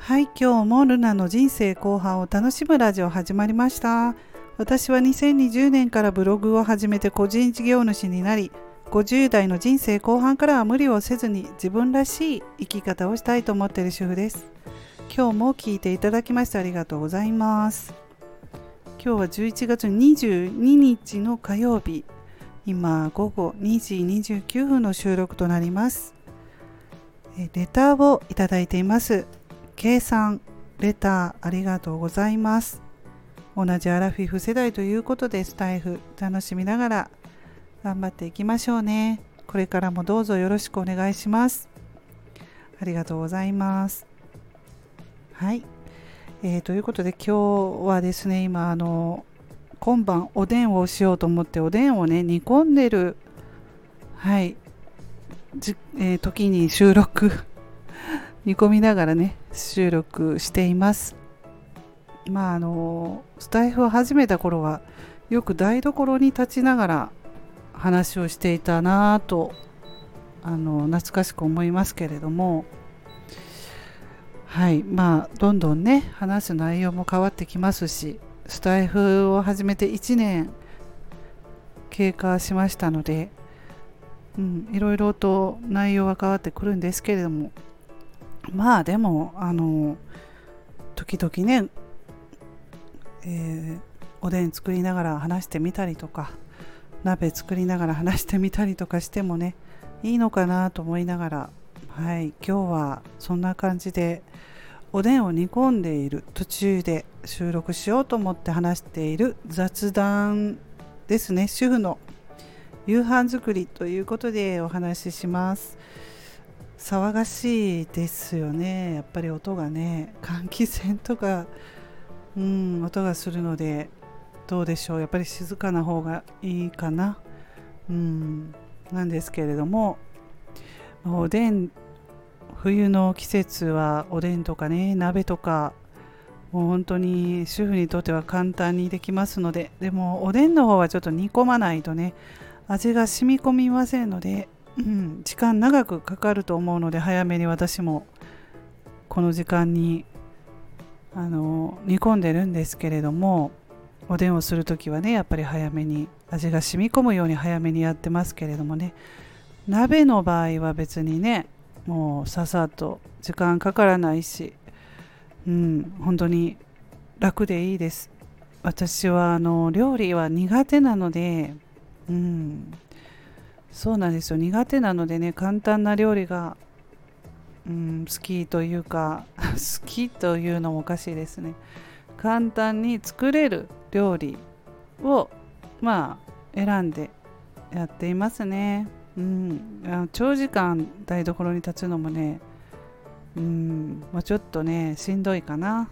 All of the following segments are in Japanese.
はい、今日もルナの人生後半を楽しむラジオ始まりました。私は2020年からブログを始めて個人事業主になり、50代の人生後半からは無理をせずに自分らしい生き方をしたいと思っている主婦です。今日も聞いていただきましてありがとうございます。今日は11月22日の火曜日、今午後2時29分の収録となります。レターをいただいています。K さん、レターありがとうございます。同じアラフィフ世代ということでスタイフ楽しみながら頑張っていきましょうね。これからもどうぞよろしくお願いします。ありがとうございます。はい、ということで今日はですね、今今晩おでんをしようと思っておでんをね煮込んでる時に収録煮込みながらね収録しています。スタイフを始めた頃はよく台所に立ちながら話をしていたなぁと懐かしく思いますけれども、どんどんね話す内容も変わってきますし、スタイフを始めて1年経過しましたので、いろいろと内容は変わってくるんですけれども、でも時々ね、おでん作りながら話してみたりとか、鍋作りながら話してみたりとかしてもねいいのかなと思いながら、今日はそんな感じでおでんを煮込んでいる途中で収録しようと思って話している雑談ですね。主婦の夕飯作りということでお話しします。騒がしいですよね。やっぱり音がね、換気扇とか音がするので、どうでしょう、やっぱり静かな方がいいかな。なんですけれども、おでん、冬の季節はおでんとかね鍋とか、もう本当に主婦にとっては簡単にできますので、でもおでんの方はちょっと煮込まないとね味が染み込みませんので、時間長くかかると思うので、早めに私もこの時間に煮込んでるんですけれども、おでんをするときはねやっぱり早めに味が染み込むように早めにやってますけれどもね、鍋の場合は別にねもうささっと時間かからないし、本当に楽でいいです。私は料理は苦手なので、そうなんですよ、苦手なのでね、簡単な料理が、好きというか好きというのもおかしいですね。簡単に作れる料理を選んでやっていますね。長時間台所に立つのもね、ちょっとねしんどいかな。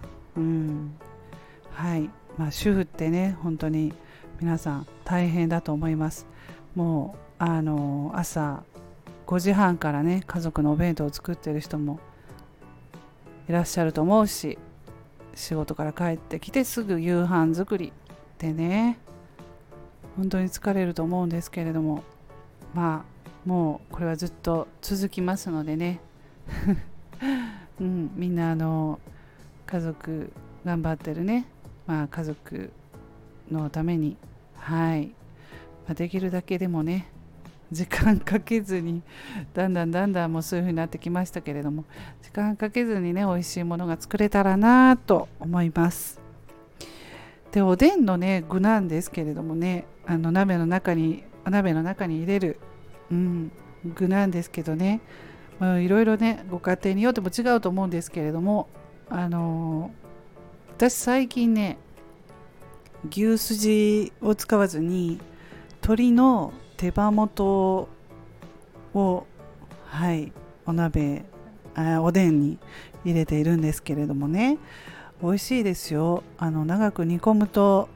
主婦ってね本当に皆さん大変だと思います。もう朝5時半からね家族のお弁当を作ってる人もいらっしゃると思うし、仕事から帰ってきてすぐ夕飯作りってね本当に疲れると思うんですけれども、もうこれはずっと続きますのでねみんな家族頑張ってるね、家族のためにできるだけでもね時間かけずに、だんだんもうそういう風になってきましたけれども、時間かけずにね美味しいものが作れたらなと思います。でおでんのね具なんですけれどもね、鍋の中に入れる、具なんですけどね、いろいろねご家庭によっても違うと思うんですけれども、私最近ね牛すじを使わずに鶏の手羽元をおでんに入れているんですけれどもね、美味しいですよ。長く煮込むと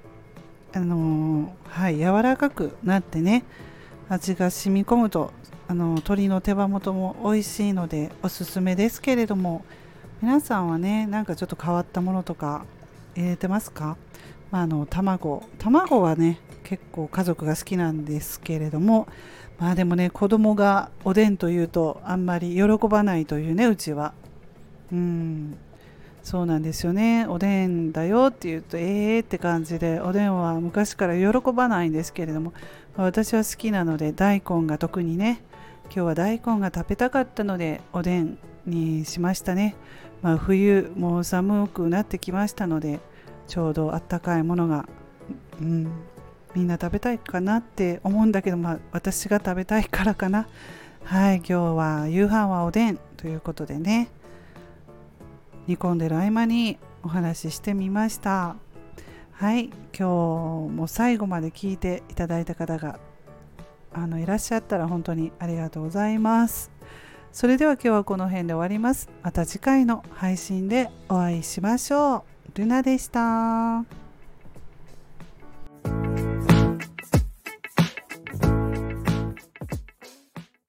柔らかくなってね味が染み込むと鶏の手羽元も美味しいのでおすすめですけれども、皆さんはねなんかちょっと変わったものとか入れてますか？卵はね結構家族が好きなんですけれども、でもね子供がおでんというとあんまり喜ばないというね、うちはそうなんですよね。おでんだよって言うとって感じで、おでんは昔から喜ばないんですけれども、私は好きなので、大根が特にね、今日は大根が食べたかったのでおでんにしましたね。冬もう寒くなってきましたので、ちょうどあったかいものが、うん、みんな食べたいかなって思うんだけど、私が食べたいからかな。はい、今日は夕飯はおでんということでね、煮込んでる合間にお話ししてみました。はい、今日も最後まで聞いていただいた方がいらっしゃったら本当にありがとうございます。それでは今日はこの辺で終わります。また次回の配信でお会いしましょう。ルナでした。